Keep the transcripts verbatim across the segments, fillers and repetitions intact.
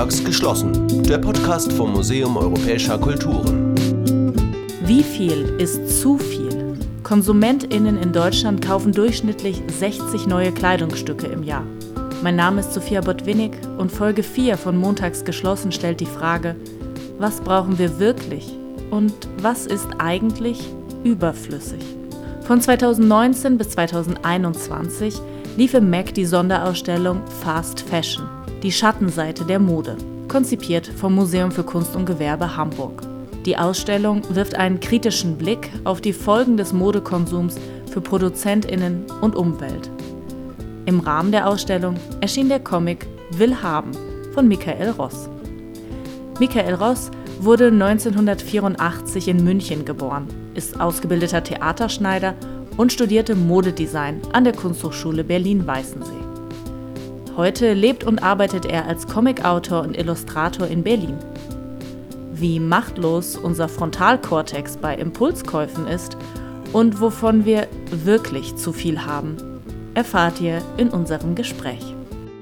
Montags geschlossen, der Podcast vom Museum Europäischer Kulturen. Wie viel ist zu viel? KonsumentInnen in Deutschland kaufen durchschnittlich sechzig neue Kleidungsstücke im Jahr. Mein Name ist Sophia Botwinnig und Folge vier von Montags geschlossen stellt die Frage, was brauchen wir wirklich und was ist eigentlich überflüssig? Von zweitausendneunzehn bis zweitausendeinundzwanzig lief im M A C die Sonderausstellung Fast Fashion, die Schattenseite der Mode, konzipiert vom Museum für Kunst und Gewerbe Hamburg. Die Ausstellung wirft einen kritischen Blick auf die Folgen des Modekonsums für ProduzentInnen und Umwelt. Im Rahmen der Ausstellung erschien der Comic Will haben von Michael Ross. Michael Ross wurde neunzehnhundertvierundachtzig in München geboren, ist ausgebildeter Theaterschneider und studierte Modedesign an der Kunsthochschule Berlin-Weißensee. Heute lebt und arbeitet er als Comicautor und Illustrator in Berlin. Wie machtlos unser Frontalkortex bei Impulskäufen ist und wovon wir wirklich zu viel haben, erfahrt ihr in unserem Gespräch.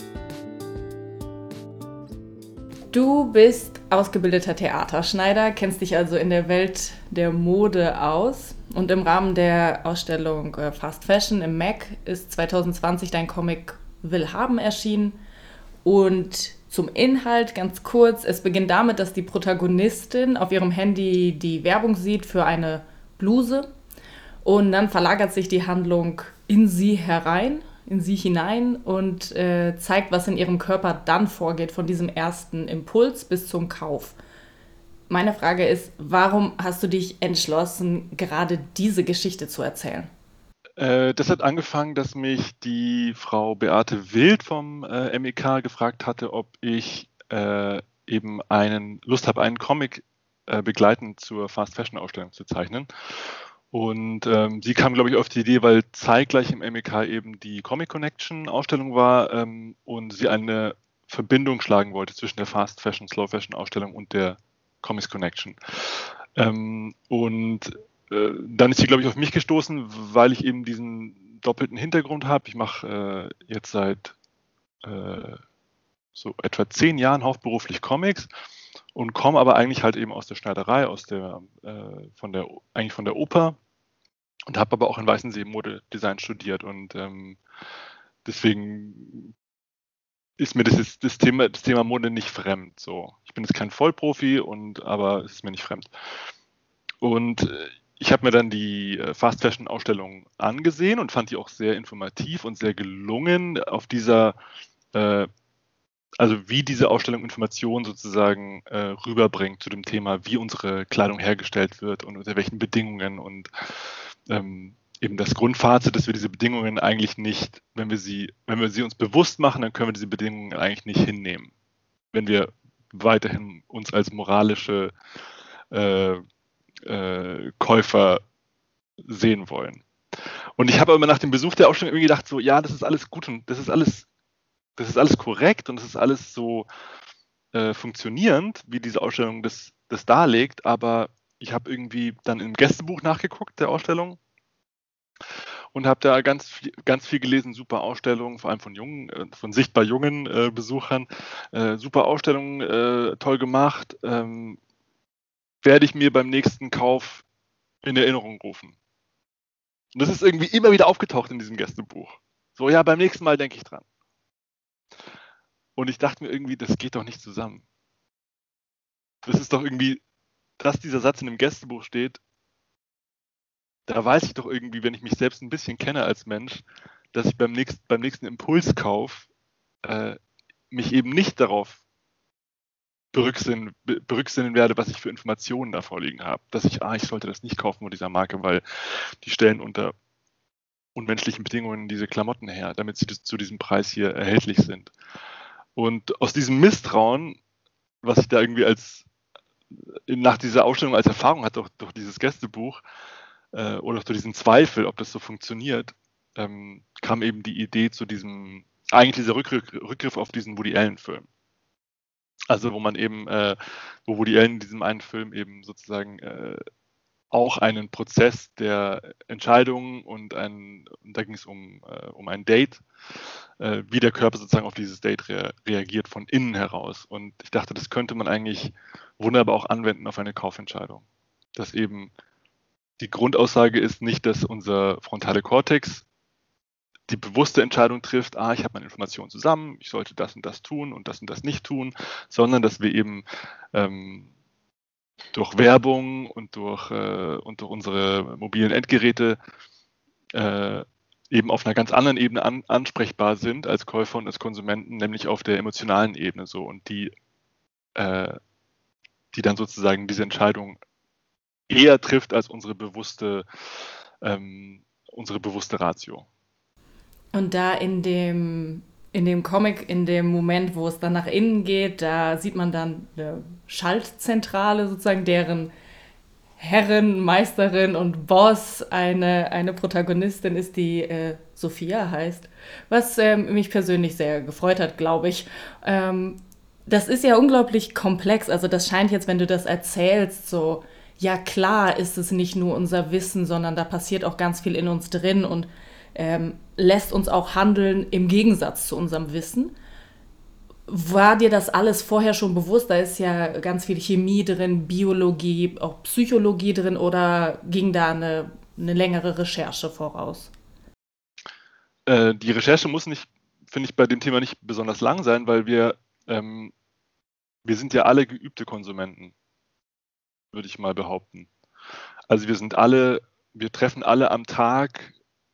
Du bist ausgebildeter Theaterschneider, kennst dich also in der Welt der Mode aus. Und im Rahmen der Ausstellung Fast Fashion im M A C ist zweitausendzwanzig dein Comic Will haben erschienen. Und zum Inhalt ganz kurz, es beginnt damit, dass die Protagonistin auf ihrem Handy die Werbung sieht für eine Bluse. Und dann verlagert sich die Handlung in sie herein, in sie hinein und äh, zeigt, was in ihrem Körper dann vorgeht, von diesem ersten Impuls bis zum Kauf. Meine Frage ist, warum hast du dich entschlossen, gerade diese Geschichte zu erzählen? Äh, das hat angefangen, dass mich die Frau Beate Wild vom äh, M E K gefragt hatte, ob ich äh, eben einen Lust habe, einen Comic äh, begleitend zur Fast Fashion Ausstellung zu zeichnen. Und ähm, sie kam, glaube ich, auf die Idee, weil zeitgleich im M E K eben die Comic Connection Ausstellung war ähm, und sie eine Verbindung schlagen wollte zwischen der Fast Fashion, Slow Fashion Ausstellung und der Comics Connection. Ähm, und äh, dann ist sie, glaube ich, auf mich gestoßen, weil ich eben diesen doppelten Hintergrund habe. Ich mache äh, jetzt seit äh, so etwa zehn Jahren hauptberuflich Comics und komme aber eigentlich halt eben aus der Schneiderei, aus der, äh, von der, eigentlich von der Oper und habe aber auch in Weißensee Modedesign studiert und ähm, deswegen ist mir das, das, Thema, das Thema Mode nicht fremd. So. Ich bin jetzt kein Vollprofi, und, aber es ist mir nicht fremd. Und ich habe mir dann die Fast Fashion Ausstellung angesehen und fand die auch sehr informativ und sehr gelungen auf dieser, äh, also wie diese Ausstellung Informationen sozusagen äh, rüberbringt zu dem Thema, wie unsere Kleidung hergestellt wird und unter welchen Bedingungen und ähm, eben das Grundfazit, dass wir diese Bedingungen eigentlich nicht, wenn wir sie, wenn wir sie uns bewusst machen, dann können wir diese Bedingungen eigentlich nicht hinnehmen, wenn wir weiterhin uns als moralische äh, äh, Käufer sehen wollen. Und ich habe aber nach dem Besuch der Ausstellung irgendwie gedacht, so, ja, das ist alles gut und das ist alles, das ist alles korrekt und das ist alles so äh, funktionierend, wie diese Ausstellung das, das darlegt, aber ich habe irgendwie dann im Gästebuch nachgeguckt der Ausstellung und habe da ganz viel, ganz viel gelesen, super Ausstellungen, vor allem von jungen, von sichtbar jungen äh, Besuchern, äh, super Ausstellungen, äh, toll gemacht, ähm, werde ich mir beim nächsten Kauf in Erinnerung rufen. Und das ist irgendwie immer wieder aufgetaucht in diesem Gästebuch. So, ja, beim nächsten Mal denke ich dran. Und ich dachte mir irgendwie, das geht doch nicht zusammen. Das ist doch irgendwie, dass dieser Satz in dem Gästebuch steht, da weiß ich doch irgendwie, wenn ich mich selbst ein bisschen kenne als Mensch, dass ich beim nächsten, beim nächsten Impulskauf äh, mich eben nicht darauf berücksinnen, berücksinnen werde, was ich für Informationen da vorliegen habe. Dass ich, ah, ich sollte das nicht kaufen von dieser Marke, weil die stellen unter unmenschlichen Bedingungen diese Klamotten her, damit sie das, zu diesem Preis hier erhältlich sind. Und aus diesem Misstrauen, was ich da irgendwie als nach dieser Ausstellung als Erfahrung hatte, durch, durch dieses Gästebuch, oder durch diesen Zweifel, ob das so funktioniert, ähm, kam eben die Idee zu diesem, eigentlich dieser Rückgriff, Rückgriff auf diesen Woody Allen-Film. Also wo man eben, äh, wo Woody Allen in diesem einen Film eben sozusagen äh, auch einen Prozess der Entscheidungen und, ein, und da ging es um, äh, um ein Date, äh, wie der Körper sozusagen auf dieses Date rea- reagiert von innen heraus. Und ich dachte, das könnte man eigentlich wunderbar auch anwenden auf eine Kaufentscheidung. Dass eben die Grundaussage ist nicht, dass unser frontale Kortex die bewusste Entscheidung trifft, ah, ich habe meine Informationen zusammen, ich sollte das und das tun und das und das nicht tun, sondern dass wir eben ähm, durch Werbung und durch, äh, und durch unsere mobilen Endgeräte äh, eben auf einer ganz anderen Ebene an, ansprechbar sind als Käufer und als Konsumenten, nämlich auf der emotionalen Ebene so und die, äh, die dann sozusagen diese Entscheidung eher trifft als unsere bewusste, ähm, unsere bewusste Ratio. Und da in dem, in dem Comic, in dem Moment, wo es dann nach innen geht, da sieht man dann eine Schaltzentrale sozusagen, deren Herrin, Meisterin und Boss eine, eine Protagonistin ist, die äh, Sophia heißt, was ähm, mich persönlich sehr gefreut hat, glaube ich. Ähm, das ist ja unglaublich komplex, also das scheint jetzt, wenn du das erzählst, so, ja klar ist es nicht nur unser Wissen, sondern da passiert auch ganz viel in uns drin und ähm, lässt uns auch handeln im Gegensatz zu unserem Wissen. War dir das alles vorher schon bewusst? Da ist ja ganz viel Chemie drin, Biologie, auch Psychologie drin oder ging da eine, eine längere Recherche voraus? Äh, die Recherche muss nicht, finde ich, bei dem Thema nicht besonders lang sein, weil wir, ähm, wir sind ja alle geübte Konsumenten, würde ich mal behaupten. Also wir sind alle, wir treffen alle am Tag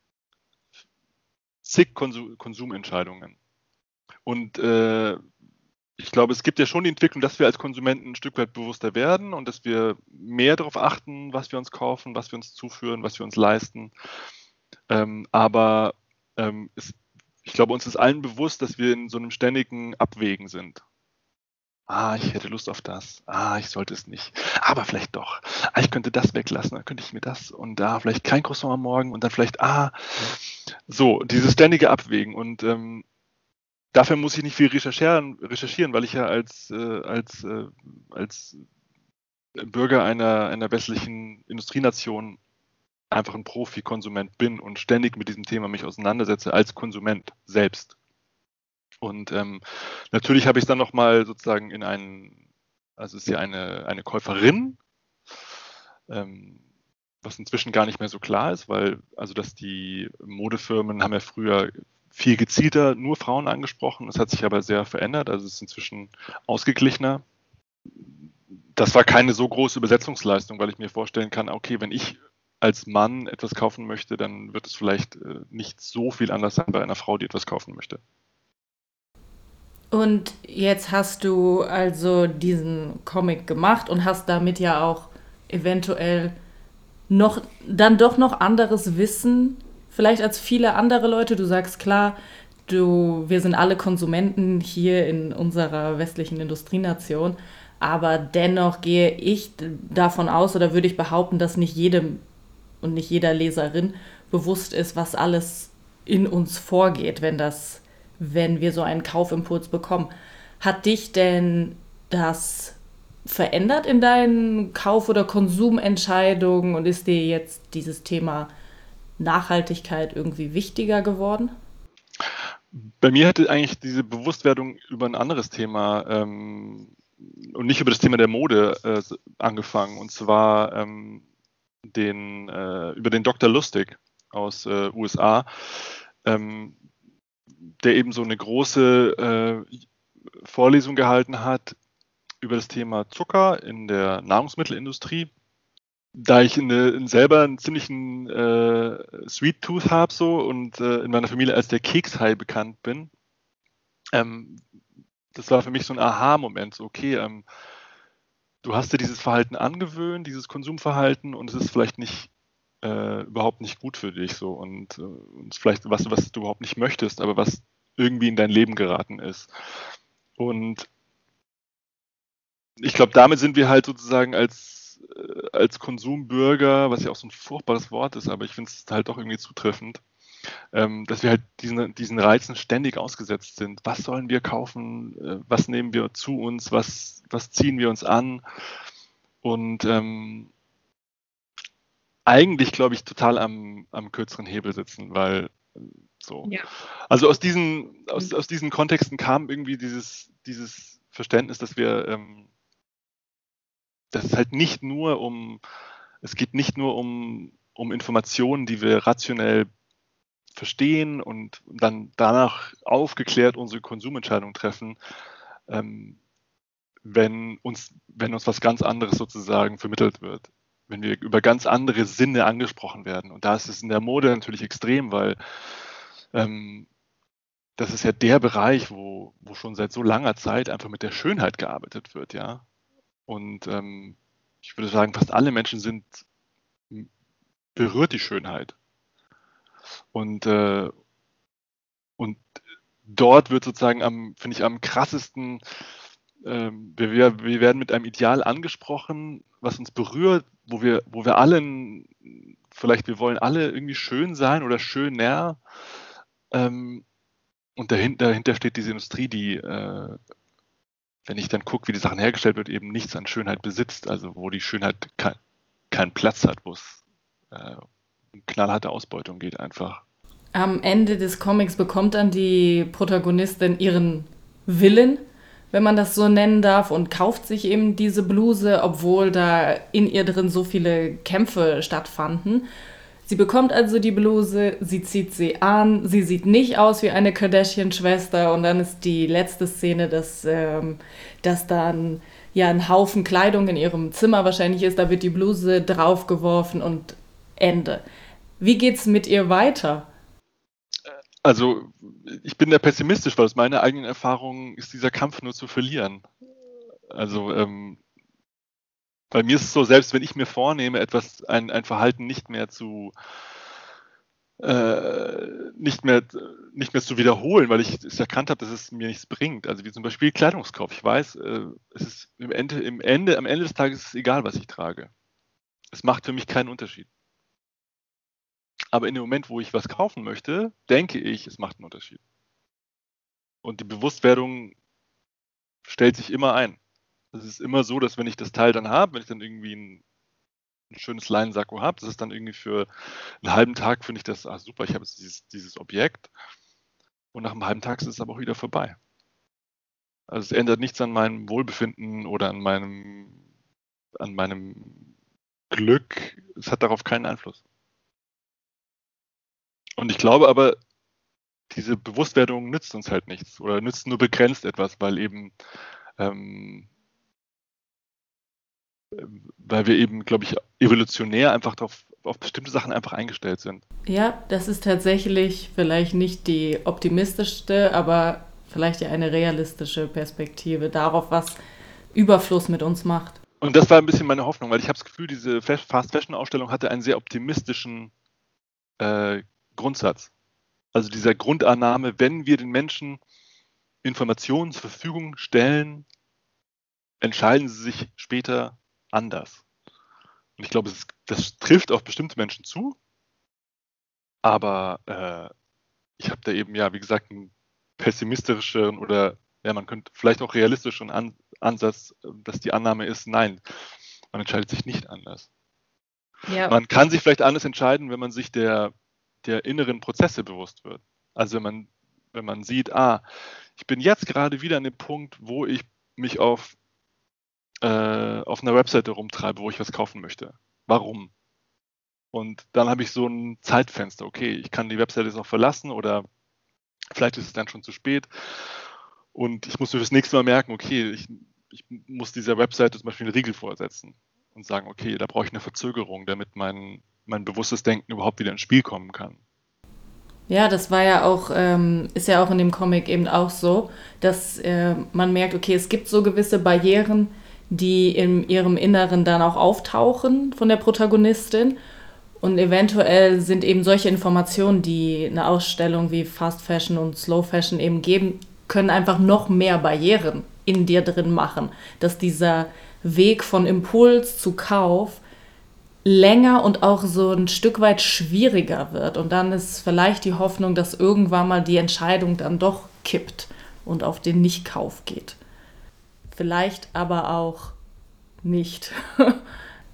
zig Konsum, Konsumentscheidungen. Und äh, ich glaube, es gibt ja schon die Entwicklung, dass wir als Konsumenten ein Stück weit bewusster werden und dass wir mehr darauf achten, was wir uns kaufen, was wir uns zuführen, was wir uns leisten. Ähm, aber ähm, es, ich glaube, uns ist allen bewusst, dass wir in so einem ständigen Abwägen sind. Ah, ich hätte Lust auf das. Ah, ich sollte es nicht. Aber vielleicht doch. Ah, ich könnte das weglassen, dann könnte ich mir das und da vielleicht kein Croissant am Morgen und dann vielleicht, ah, so, dieses ständige Abwägen. Und ähm, dafür muss ich nicht viel recherchieren, recherchieren, weil ich ja als, äh, als, äh, als Bürger einer, einer westlichen Industrienation einfach ein Profi-Konsument bin und ständig mit diesem Thema mich auseinandersetze als Konsument selbst. Und ähm, natürlich habe ich es dann nochmal sozusagen in einen, also es ist ja eine, eine Käuferin, ähm, was inzwischen gar nicht mehr so klar ist, weil also dass die Modefirmen haben ja früher viel gezielter nur Frauen angesprochen, das hat sich aber sehr verändert, also es ist inzwischen ausgeglichener. Das war keine so große Übersetzungsleistung, weil ich mir vorstellen kann, okay, wenn ich als Mann etwas kaufen möchte, dann wird es vielleicht äh, nicht so viel anders sein bei einer Frau, die etwas kaufen möchte. Und jetzt hast du also diesen Comic gemacht und hast damit ja auch eventuell noch, dann doch noch anderes Wissen, vielleicht als viele andere Leute. Du sagst klar, du, wir sind alle Konsumenten hier in unserer westlichen Industrienation, aber dennoch gehe ich davon aus oder würde ich behaupten, dass nicht jedem und nicht jeder Leserin bewusst ist, was alles in uns vorgeht, wenn das, wenn wir so einen Kaufimpuls bekommen. Hat dich denn das verändert in deinen Kauf- oder Konsumentscheidungen und ist dir jetzt dieses Thema Nachhaltigkeit irgendwie wichtiger geworden? Bei mir hatte eigentlich diese Bewusstwerdung über ein anderes Thema ähm, und nicht über das Thema der Mode äh, angefangen, und zwar ähm, den, äh, über den Doktor Lustig aus äh, U S A, ähm, der eben so eine große äh, Vorlesung gehalten hat über das Thema Zucker in der Nahrungsmittelindustrie. Da ich eine, selber einen ziemlichen äh, Sweet Tooth habe so und äh, in meiner Familie als der Kekshai bekannt bin, ähm, das war für mich so ein Aha-Moment. So, okay, ähm, du hast dir dieses Verhalten angewöhnt, dieses Konsumverhalten, und es ist vielleicht nicht äh, überhaupt nicht gut für dich so und, äh, und vielleicht was, was du überhaupt nicht möchtest, aber was irgendwie in dein Leben geraten ist. Und ich glaube, damit sind wir halt sozusagen als, äh, als Konsumbürger, was ja auch so ein furchtbares Wort ist, aber ich finde es halt doch irgendwie zutreffend, ähm, dass wir halt diesen, diesen Reizen ständig ausgesetzt sind. Was sollen wir kaufen? Äh, was nehmen wir zu uns? Was, was ziehen wir uns an? Und ähm, eigentlich, glaube ich, total am, am kürzeren Hebel sitzen, weil äh, so. Ja. Also aus diesen, aus, aus diesen Kontexten kam irgendwie dieses, dieses Verständnis, dass wir, ähm, dass es halt nicht nur um, es geht nicht nur um, um Informationen, die wir rationell verstehen und dann danach aufgeklärt unsere Konsumentscheidung treffen, ähm, wenn uns, wenn uns was ganz anderes sozusagen vermittelt wird, wenn wir über ganz andere Sinne angesprochen werden. Und da ist es in der Mode natürlich extrem, weil ähm, das ist ja der Bereich, wo, wo schon seit so langer Zeit einfach mit der Schönheit gearbeitet wird, ja. Und ähm, ich würde sagen, fast alle Menschen sind berührt die Schönheit. Und, äh, und dort wird sozusagen am, finde ich, am krassesten, ähm, wir, wir werden mit einem Ideal angesprochen, was uns berührt, wo wir, wo wir alle, vielleicht wir wollen alle irgendwie schön sein oder schöner. Ähm, und dahinter, dahinter steht diese Industrie, die, äh, wenn ich dann gucke, wie die Sachen hergestellt wird, eben nichts an Schönheit besitzt, also wo die Schönheit kein, keinen Platz hat, wo es äh, um knallharte Ausbeutung geht einfach. Am Ende des Comics bekommt dann die Protagonistin ihren Willen, wenn man das so nennen darf, und kauft sich eben diese Bluse, obwohl da in ihr drin so viele Kämpfe stattfanden. Sie bekommt also die Bluse, sie zieht sie an, sie sieht nicht aus wie eine Kardashian-Schwester, und dann ist die letzte Szene, dass, ähm, dass dann ja ein Haufen Kleidung in ihrem Zimmer wahrscheinlich ist, da wird die Bluse draufgeworfen und Ende. Wie geht's mit ihr weiter? Also ich bin da pessimistisch, weil aus meiner eigenen Erfahrung ist dieser Kampf nur zu verlieren. Also ähm, bei mir ist es so, selbst wenn ich mir vornehme, etwas, ein, ein Verhalten nicht mehr zu äh, nicht mehr, nicht mehr zu wiederholen, weil ich es erkannt habe, dass es mir nichts bringt. Also wie zum Beispiel Kleidungskauf. Ich weiß, äh, es ist im Ende, im Ende, am Ende des Tages ist es egal, was ich trage. Es macht für mich keinen Unterschied. Aber in dem Moment, wo ich was kaufen möchte, denke ich, es macht einen Unterschied. Und die Bewusstwerdung stellt sich immer ein. Es ist immer so, dass wenn ich das Teil dann habe, wenn ich dann irgendwie ein, ein schönes Leinensakko habe, das ist dann irgendwie für einen halben Tag, finde ich das, ah super, ich habe jetzt dieses, dieses Objekt. Und nach einem halben Tag ist es aber auch wieder vorbei. Also es ändert nichts an meinem Wohlbefinden oder an meinem, an meinem Glück. Es hat darauf keinen Einfluss. Und ich glaube aber, diese Bewusstwerdung nützt uns halt nichts oder nützt nur begrenzt etwas, weil eben, ähm, weil wir eben, glaube ich, evolutionär einfach auf, auf bestimmte Sachen einfach eingestellt sind. Ja, das ist tatsächlich vielleicht nicht die optimistischste, aber vielleicht ja eine realistische Perspektive darauf, was Überfluss mit uns macht. Und das war ein bisschen meine Hoffnung, weil ich habe das Gefühl, diese Fast-Fashion-Ausstellung hatte einen sehr optimistischen äh, Grundsatz. Also dieser Grundannahme, wenn wir den Menschen Informationen zur Verfügung stellen, entscheiden sie sich später anders. Und ich glaube, das, das trifft auf bestimmte Menschen zu, aber äh, ich habe da eben, ja, wie gesagt, einen pessimistischeren oder, ja, man könnte vielleicht auch realistischen An- Ansatz, dass die Annahme ist, nein, man entscheidet sich nicht anders. Ja. Man kann sich vielleicht anders entscheiden, wenn man sich der der inneren Prozesse bewusst wird. Also wenn man, wenn man sieht, ah, ich bin jetzt gerade wieder an dem Punkt, wo ich mich auf, äh, auf einer Webseite rumtreibe, wo ich was kaufen möchte. Warum? Und dann habe ich so ein Zeitfenster. Okay, ich kann die Webseite jetzt auch verlassen oder vielleicht ist es dann schon zu spät. Und ich muss mir fürs nächste Mal merken, okay, ich, ich muss dieser Webseite zum Beispiel einen Riegel vorsetzen und sagen, okay, da brauche ich eine Verzögerung, damit mein mein bewusstes Denken überhaupt wieder ins Spiel kommen kann. Ja, das war ja auch, ähm, ist ja auch in dem Comic eben auch so, dass äh, man merkt, okay, es gibt so gewisse Barrieren, die in ihrem Inneren dann auch auftauchen von der Protagonistin, und eventuell sind eben solche Informationen, die eine Ausstellung wie Fast Fashion und Slow Fashion eben geben, können einfach noch mehr Barrieren in dir drin machen, dass dieser Weg von Impuls zu Kauf länger und auch so ein Stück weit schwieriger wird. Und dann ist vielleicht die Hoffnung, dass irgendwann mal die Entscheidung dann doch kippt und auf den Nichtkauf geht. Vielleicht aber auch nicht.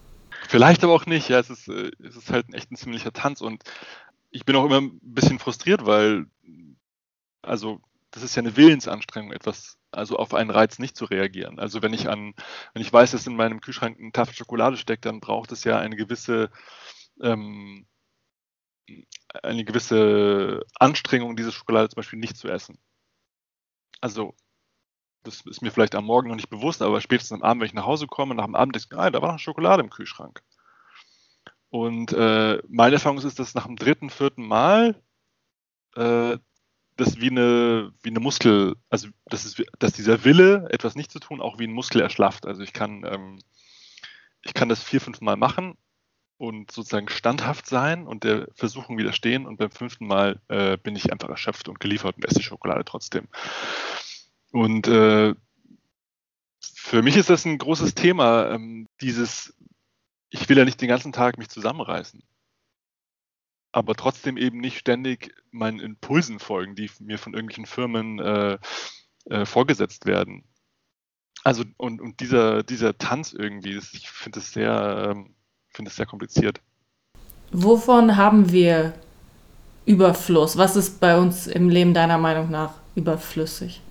Vielleicht aber auch nicht, ja, es ist, äh, es ist halt echt ein ziemlicher Tanz und ich bin auch immer ein bisschen frustriert, weil, also, das ist ja eine Willensanstrengung, etwas, also auf einen Reiz nicht zu reagieren. Also wenn ich an, wenn ich weiß, dass in meinem Kühlschrank eine Tafel Schokolade steckt, dann braucht es ja eine gewisse, ähm, eine gewisse Anstrengung, diese Schokolade zum Beispiel nicht zu essen. Also das ist mir vielleicht am Morgen noch nicht bewusst, aber spätestens am Abend, wenn ich nach Hause komme, nach dem Abendessen, ah, da war noch Schokolade im Kühlschrank. Und äh, meine Erfahrung ist, dass nach dem dritten, vierten Mal äh, das wie eine, wie eine Muskel, also das ist, dass dieser Wille, etwas nicht zu tun, auch wie ein Muskel erschlafft. Also ich kann, ähm, ich kann das vier, fünf Mal machen und sozusagen standhaft sein und der Versuchung widerstehen und beim fünften Mal äh, bin ich einfach erschöpft und geliefert und esse die Schokolade trotzdem. Und äh, für mich ist das ein großes Thema, ähm, dieses, ich will ja nicht den ganzen Tag mich zusammenreißen, aber trotzdem eben nicht ständig meinen Impulsen folgen, die mir von irgendwelchen Firmen äh, äh, vorgesetzt werden. Also und, und dieser, dieser Tanz irgendwie, das, ich finde es sehr, ähm, finde es sehr kompliziert. Wovon haben wir Überfluss? Was ist bei uns im Leben deiner Meinung nach überflüssig?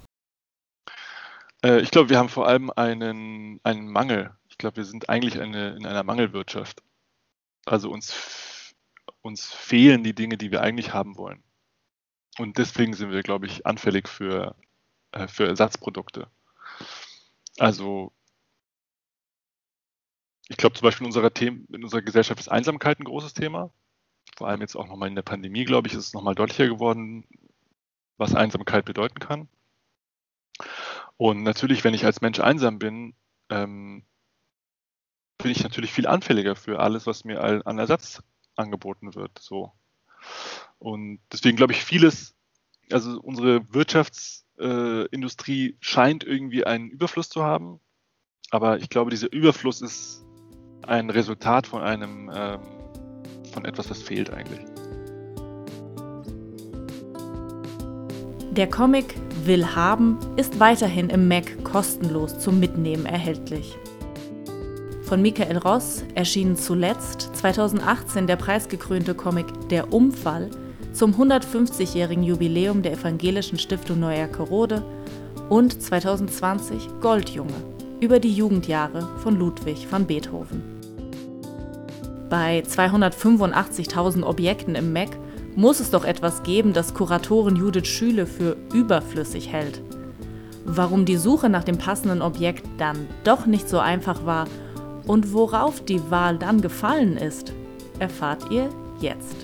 Äh, ich glaube, wir haben vor allem einen, einen Mangel. Ich glaube, wir sind eigentlich eine, in einer Mangelwirtschaft. Also uns, uns fehlen die Dinge, die wir eigentlich haben wollen. Und deswegen sind wir, glaube ich, anfällig für, äh, für Ersatzprodukte. Also ich glaube zum Beispiel in unserer, Themen, in unserer Gesellschaft ist Einsamkeit ein großes Thema. Vor allem jetzt auch nochmal in der Pandemie, glaube ich, ist es nochmal deutlicher geworden, was Einsamkeit bedeuten kann. Und natürlich, wenn ich als Mensch einsam bin, ähm, bin ich natürlich viel anfälliger für alles, was mir an Ersatz angeboten wird. So. Und deswegen glaube ich, vieles, also unsere Wirtschaftsindustrie äh, scheint irgendwie einen Überfluss zu haben, aber ich glaube, dieser Überfluss ist ein Resultat von einem, ähm, von etwas, was fehlt eigentlich. Der Comic Will haben ist weiterhin im Mac kostenlos zum Mitnehmen erhältlich. Von Michael Ross erschien zuletzt zweitausendachtzehn der preisgekrönte Comic Der Umfall zum hundertfünfzigjährigen Jubiläum der Evangelischen Stiftung Neuerkerode und zweitausendzwanzig Goldjunge über die Jugendjahre von Ludwig van Beethoven. Bei zweihundertfünfundachtzigtausend Objekten im Mac muss es doch etwas geben, das Kuratorin Judith Schüle für überflüssig hält. Warum die Suche nach dem passenden Objekt dann doch nicht so einfach war und worauf die Wahl dann gefallen ist, erfahrt ihr jetzt.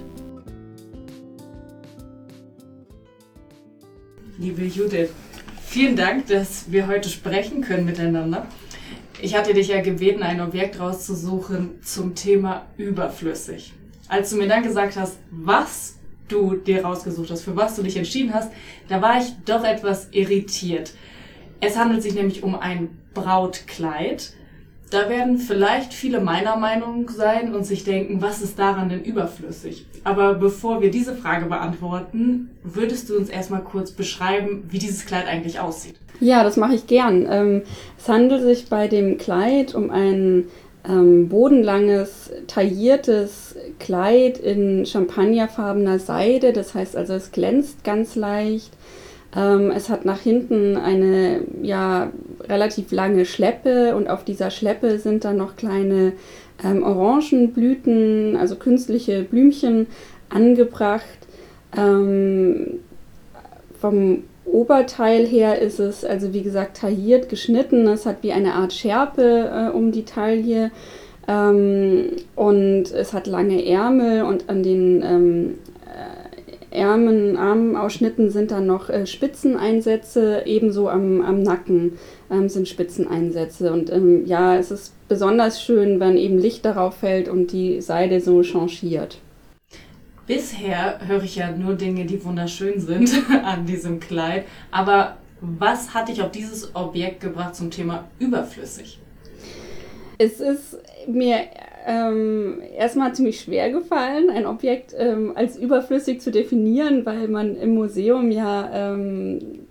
Liebe Judith, vielen Dank, dass wir heute sprechen können miteinander. Ich hatte dich ja gebeten, ein Objekt rauszusuchen zum Thema überflüssig. Als du mir dann gesagt hast, was du dir rausgesucht hast, für was du dich entschieden hast, da war ich doch etwas irritiert. Es handelt sich nämlich um ein Brautkleid. Da werden vielleicht viele meiner Meinung sein und sich denken, was ist daran denn überflüssig? Aber bevor wir diese Frage beantworten, würdest du uns erstmal kurz beschreiben, wie dieses Kleid eigentlich aussieht? Ja, das mache ich gern. Ähm, es handelt sich bei dem Kleid um ein ähm, bodenlanges, tailliertes Kleid in champagnerfarbener Seide. Das heißt also, es glänzt ganz leicht. Ähm, es hat nach hinten eine ja, relativ lange Schleppe und auf dieser Schleppe sind dann noch kleine ähm, Orangenblüten, also künstliche Blümchen angebracht. Ähm, vom Oberteil her ist es, also wie gesagt, tailliert, geschnitten. Es hat wie eine Art Schärpe äh, um die Taille ähm, und es hat lange Ärmel und an den ähm, Ärmeln, Armausschnitten sind dann noch äh, Spitzeneinsätze, ebenso am, am Nacken ähm, sind Spitzeneinsätze. Und ähm, ja, es ist besonders schön, wenn eben Licht darauf fällt und die Seide so changiert. Bisher höre ich ja nur Dinge, die wunderschön sind an diesem Kleid. Aber was hat dich auf dieses Objekt gebracht zum Thema überflüssig? Es ist mir ähm, erstmal ziemlich schwer gefallen, ein Objekt ähm, als überflüssig zu definieren, weil man im Museum ja ähm,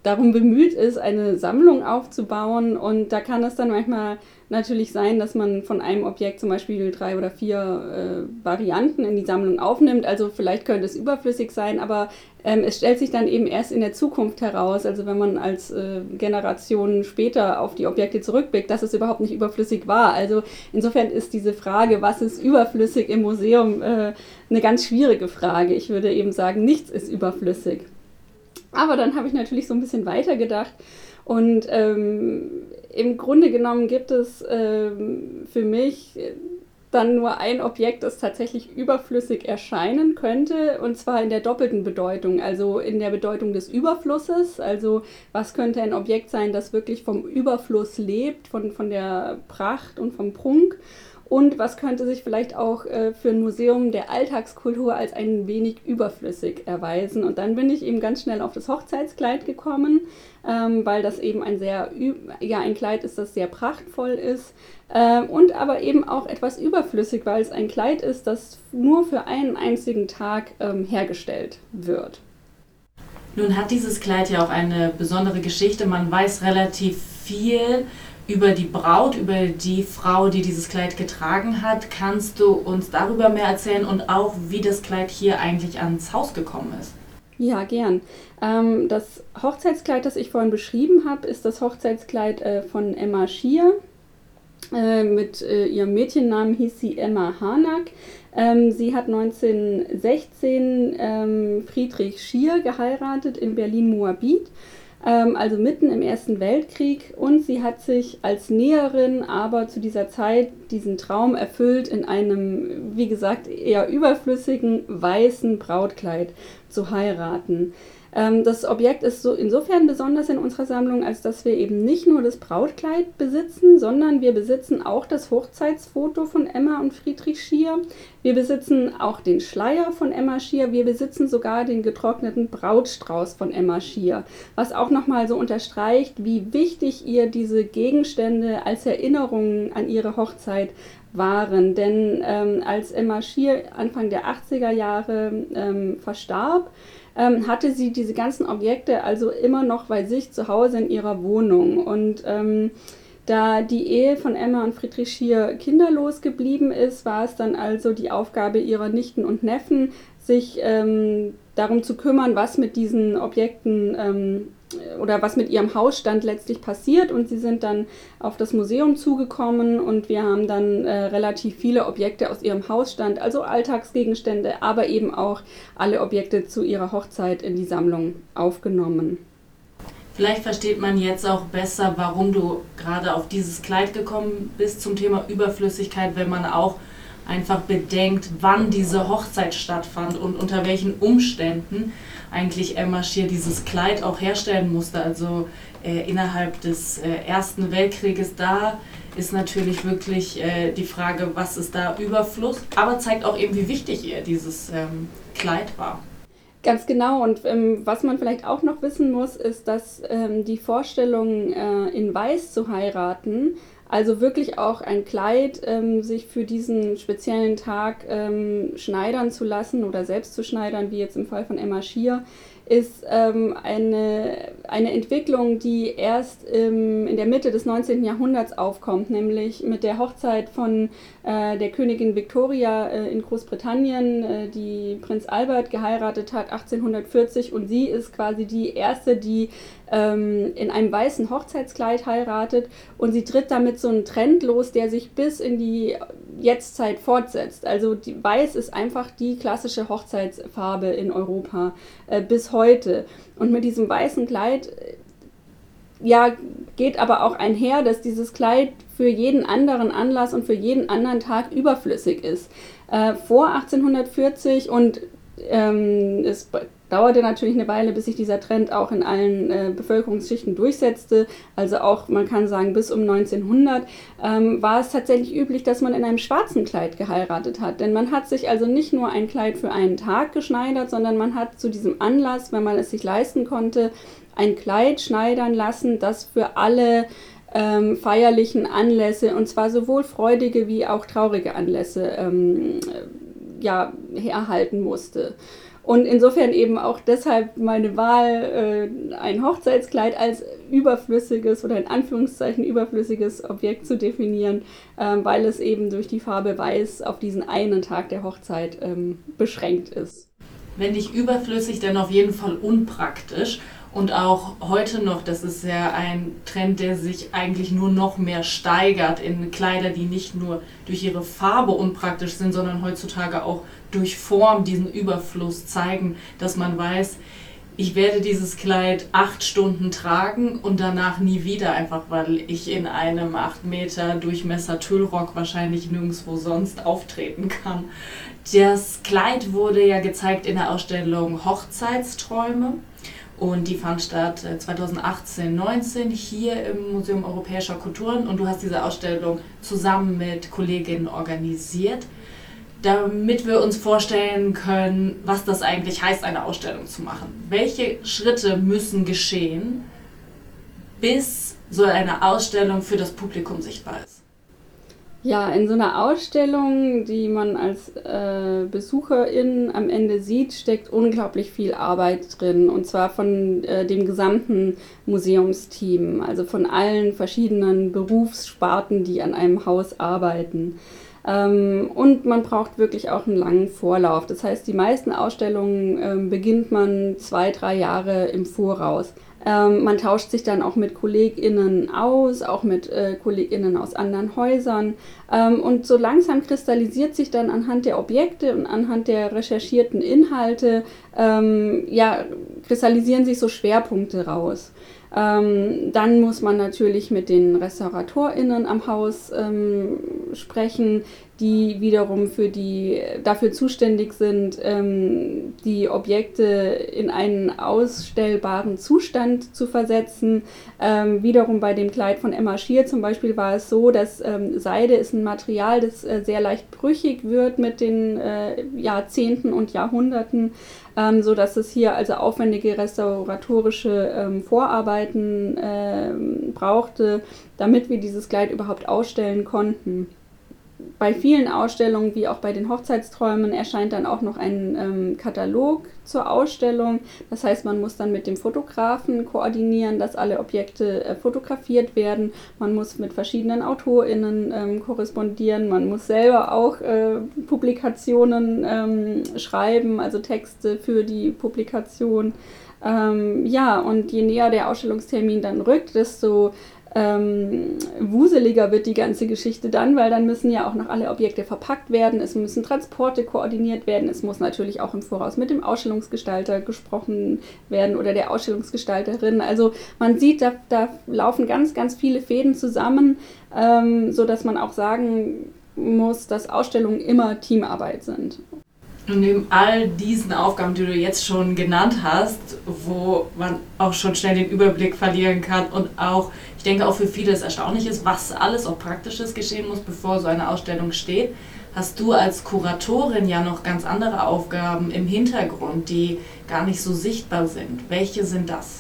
darum bemüht ist, eine Sammlung aufzubauen. Und da kann es dann manchmal natürlich sein, dass man von einem Objekt zum Beispiel drei oder vier äh, Varianten in die Sammlung aufnimmt. Also vielleicht könnte es überflüssig sein, aber ähm, es stellt sich dann eben erst in der Zukunft heraus, also wenn man als äh, Generation später auf die Objekte zurückblickt, dass es überhaupt nicht überflüssig war. Also insofern ist diese Frage, was ist überflüssig im Museum, äh, eine ganz schwierige Frage. Ich würde eben sagen, nichts ist überflüssig. Aber dann habe ich natürlich so ein bisschen weitergedacht und ähm, im Grunde genommen gibt es ähm, für mich dann nur ein Objekt, das tatsächlich überflüssig erscheinen könnte, und zwar in der doppelten Bedeutung, also in der Bedeutung des Überflusses. Also was könnte ein Objekt sein, das wirklich vom Überfluss lebt, von, von der Pracht und vom Prunk? Und was könnte sich vielleicht auch äh, für ein Museum der Alltagskultur als ein wenig überflüssig erweisen? Und dann bin ich eben ganz schnell auf das Hochzeitskleid gekommen, ähm, weil das eben ein sehr, ja, ein Kleid ist, das sehr prachtvoll ist äh, und aber eben auch etwas überflüssig, weil es ein Kleid ist, das nur für einen einzigen Tag ähm, hergestellt wird. Nun hat dieses Kleid ja auch eine besondere Geschichte. Man weiß relativ viel über die Braut, über die Frau, die dieses Kleid getragen hat. Kannst du uns darüber mehr erzählen und auch, wie das Kleid hier eigentlich ans Haus gekommen ist? Ja, gern. Ähm, das Hochzeitskleid, das ich vorhin beschrieben habe, ist das Hochzeitskleid äh, von Emma Schier. Äh, mit äh, ihrem Mädchennamen hieß sie Emma Harnack. Ähm, sie hat neunzehnhundertsechzehn ähm, Friedrich Schier geheiratet in Berlin-Moabit, ähm, also mitten im Ersten Weltkrieg, und sie hat sich als Näherin aber zu dieser Zeit diesen Traum erfüllt, in einem, wie gesagt, eher überflüssigen weißen Brautkleid zu heiraten. Ähm, das Objekt ist so insofern besonders in unserer Sammlung, als dass wir eben nicht nur das Brautkleid besitzen, sondern wir besitzen auch das Hochzeitsfoto von Emma und Friedrich Schier. Wir besitzen auch den Schleier von Emma Schier. Wir besitzen sogar den getrockneten Brautstrauß von Emma Schier, was auch nochmal so unterstreicht, wie wichtig ihr diese Gegenstände als Erinnerungen an ihre Hochzeit waren. Denn ähm, als Emma Schier Anfang der achtziger Jahre ähm, verstarb, ähm, hatte sie diese ganzen Objekte also immer noch bei sich zu Hause in ihrer Wohnung. Und ähm, da die Ehe von Emma und Friedrich Schier kinderlos geblieben ist, war es dann also die Aufgabe ihrer Nichten und Neffen, sich ähm, darum zu kümmern, was mit diesen Objekten ähm, oder was mit ihrem Hausstand letztlich passiert. Und sie sind dann auf das Museum zugekommen und wir haben dann äh, relativ viele Objekte aus ihrem Hausstand, also Alltagsgegenstände, aber eben auch alle Objekte zu ihrer Hochzeit in die Sammlung aufgenommen. Vielleicht versteht man jetzt auch besser, warum du gerade auf dieses Kleid gekommen bist zum Thema Überflüssigkeit, wenn man auch einfach bedenkt, wann diese Hochzeit stattfand und unter welchen Umständen eigentlich Emma Schier dieses Kleid auch herstellen musste. Also äh, innerhalb des äh, Ersten Weltkrieges, da ist natürlich wirklich äh, die Frage, was ist da Überfluss, aber zeigt auch eben, wie wichtig ihr dieses ähm, Kleid war. Ganz genau, und ähm, was man vielleicht auch noch wissen muss, ist, dass ähm, die Vorstellung, äh, in Weiß zu heiraten, also wirklich auch ein Kleid ähm, sich für diesen speziellen Tag ähm, schneidern zu lassen oder selbst zu schneidern, wie jetzt im Fall von Emma Schier, ist ähm, eine, eine Entwicklung, die erst ähm, in der Mitte des neunzehnten Jahrhunderts aufkommt, nämlich mit der Hochzeit von äh, der Königin Victoria äh, in Großbritannien, äh, die Prinz Albert geheiratet hat achtzehnhundertvierzig, und sie ist quasi die erste, die ähm, in einem weißen Hochzeitskleid heiratet, und sie tritt damit so einen Trend los, der sich bis in die Jetztzeit fortsetzt. Also die Weiß ist einfach die klassische Hochzeitsfarbe in Europa äh, bis heute. Und mit diesem weißen Kleid äh, ja, geht aber auch einher, dass dieses Kleid für jeden anderen Anlass und für jeden anderen Tag überflüssig ist. Äh, vor achtzehnhundertvierzig, und ähm, es dauerte natürlich eine Weile, bis sich dieser Trend auch in allen äh, Bevölkerungsschichten durchsetzte, also auch, man kann sagen, bis um neunzehnhundert, ähm, war es tatsächlich üblich, dass man in einem schwarzen Kleid geheiratet hat. Denn man hat sich also nicht nur ein Kleid für einen Tag geschneidert, sondern man hat zu diesem Anlass, wenn man es sich leisten konnte, ein Kleid schneidern lassen, das für alle ähm, feierlichen Anlässe, und zwar sowohl freudige wie auch traurige Anlässe, ähm, ja, herhalten musste. Und insofern eben auch deshalb meine Wahl, äh, ein Hochzeitskleid als überflüssiges oder in Anführungszeichen überflüssiges Objekt zu definieren, äh, weil es eben durch die Farbe Weiß auf diesen einen Tag der Hochzeit ähm, beschränkt ist. Wenn nicht überflüssig, dann auf jeden Fall unpraktisch. Und auch heute noch, das ist ja ein Trend, der sich eigentlich nur noch mehr steigert in Kleider, die nicht nur durch ihre Farbe unpraktisch sind, sondern heutzutage auch durch Form diesen Überfluss zeigen, dass man weiß, ich werde dieses Kleid acht Stunden tragen und danach nie wieder, einfach weil ich in einem acht Meter Durchmesser Tüllrock wahrscheinlich nirgendwo sonst auftreten kann. Das Kleid wurde ja gezeigt in der Ausstellung Hochzeitsträume. Und die fand statt zweitausendachtzehn neunzehn hier im Museum Europäischer Kulturen. Und du hast diese Ausstellung zusammen mit Kolleginnen organisiert, damit wir uns vorstellen können, was das eigentlich heißt, eine Ausstellung zu machen. Welche Schritte müssen geschehen, bis so eine Ausstellung für das Publikum sichtbar ist? Ja, in so einer Ausstellung, die man als äh, Besucherin am Ende sieht, steckt unglaublich viel Arbeit drin. Und zwar von äh, dem gesamten Museumsteam, also von allen verschiedenen Berufssparten, die an einem Haus arbeiten. Ähm, und man braucht wirklich auch einen langen Vorlauf. Das heißt, die meisten Ausstellungen äh, beginnt man zwei, drei Jahre im Voraus. Ähm, man tauscht sich dann auch mit KollegInnen aus, auch mit äh, KollegInnen aus anderen Häusern. Ähm, und so langsam kristallisiert sich dann anhand der Objekte und anhand der recherchierten Inhalte, ähm, ja, kristallisieren sich so Schwerpunkte raus. Ähm, dann muss man natürlich mit den RestauratorInnen am Haus ähm, sprechen, die wiederum für die, dafür zuständig sind, ähm, die Objekte in einen ausstellbaren Zustand zu versetzen. Ähm, wiederum bei dem Kleid von Emma Schier zum Beispiel war es so, dass ähm, Seide ist ein Material, das äh, sehr leicht brüchig wird mit den äh, Jahrzehnten und Jahrhunderten, ähm, so dass es hier also aufwendige restauratorische ähm, Vorarbeiten ähm, brauchte, damit wir dieses Kleid überhaupt ausstellen konnten. Bei vielen Ausstellungen, wie auch bei den Hochzeitsträumen, erscheint dann auch noch ein ähm, Katalog zur Ausstellung. Das heißt, man muss dann mit dem Fotografen koordinieren, dass alle Objekte äh, fotografiert werden. Man muss mit verschiedenen AutorInnen ähm, korrespondieren. Man muss selber auch äh, Publikationen ähm, schreiben, also Texte für die Publikation. Ähm, ja, und je näher der Ausstellungstermin dann rückt, desto Ähm, wuseliger wird die ganze Geschichte dann, weil dann müssen ja auch noch alle Objekte verpackt werden, es müssen Transporte koordiniert werden, es muss natürlich auch im Voraus mit dem Ausstellungsgestalter gesprochen werden oder der Ausstellungsgestalterin. Also man sieht, da, da laufen ganz, ganz viele Fäden zusammen, ähm, sodass man auch sagen muss, dass Ausstellungen immer Teamarbeit sind. Und neben all diesen Aufgaben, die du jetzt schon genannt hast, wo man auch schon schnell den Überblick verlieren kann und auch, ich denke auch für viele es erstaunlich ist, was alles auch Praktisches geschehen muss, bevor so eine Ausstellung steht, hast du als Kuratorin ja noch ganz andere Aufgaben im Hintergrund, die gar nicht so sichtbar sind. Welche sind das?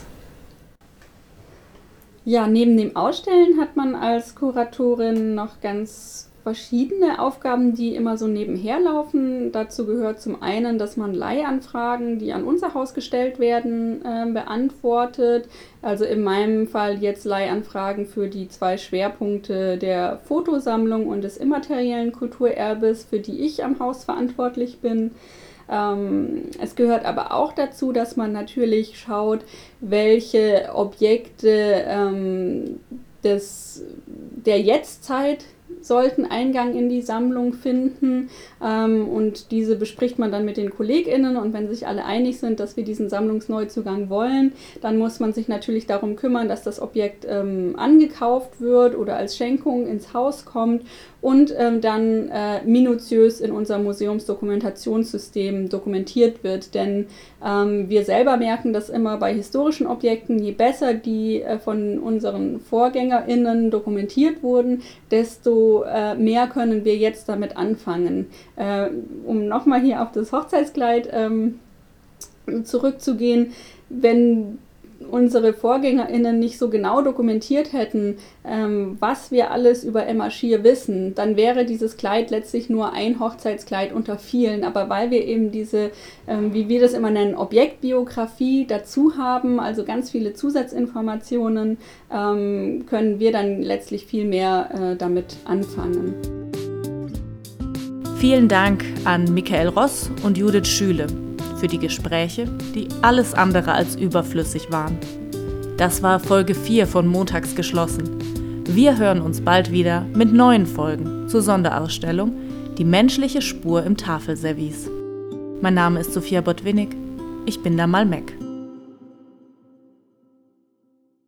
Ja, neben dem Ausstellen hat man als Kuratorin noch ganz verschiedene Aufgaben, die immer so nebenher laufen. Dazu gehört zum einen, dass man Leihanfragen, die an unser Haus gestellt werden, äh, beantwortet. Also in meinem Fall jetzt Leihanfragen für die zwei Schwerpunkte der Fotosammlung und des immateriellen Kulturerbes, für die ich am Haus verantwortlich bin. Ähm, es gehört aber auch dazu, dass man natürlich schaut, welche Objekte ähm, des, der Jetztzeit sollten Eingang in die Sammlung finden, ähm, und diese bespricht man dann mit den KollegInnen, und wenn sich alle einig sind, dass wir diesen Sammlungsneuzugang wollen, dann muss man sich natürlich darum kümmern, dass das Objekt ähm, angekauft wird oder als Schenkung ins Haus kommt und ähm, dann äh, minutiös in unser Museumsdokumentationssystem dokumentiert wird, denn ähm, wir selber merken das immer bei historischen Objekten, je besser die äh, von unseren VorgängerInnen dokumentiert wurden, desto äh, mehr können wir jetzt damit anfangen. Äh, um nochmal hier auf das Hochzeitskleid ähm, zurückzugehen, wenn unsere VorgängerInnen nicht so genau dokumentiert hätten, ähm, was wir alles über Emma Schier wissen, dann wäre dieses Kleid letztlich nur ein Hochzeitskleid unter vielen. Aber weil wir eben diese, ähm, wie wir das immer nennen, Objektbiografie dazu haben, also ganz viele Zusatzinformationen, ähm, können wir dann letztlich viel mehr äh, damit anfangen. Vielen Dank an Michael Ross und Judith Schüle für die Gespräche, die alles andere als überflüssig waren. Das war Folge vier von Montags geschlossen. Wir hören uns bald wieder mit neuen Folgen zur Sonderausstellung Die menschliche Spur im Tafelservice. Mein Name ist Sophia Botwinnik. Ich bin der Malmek.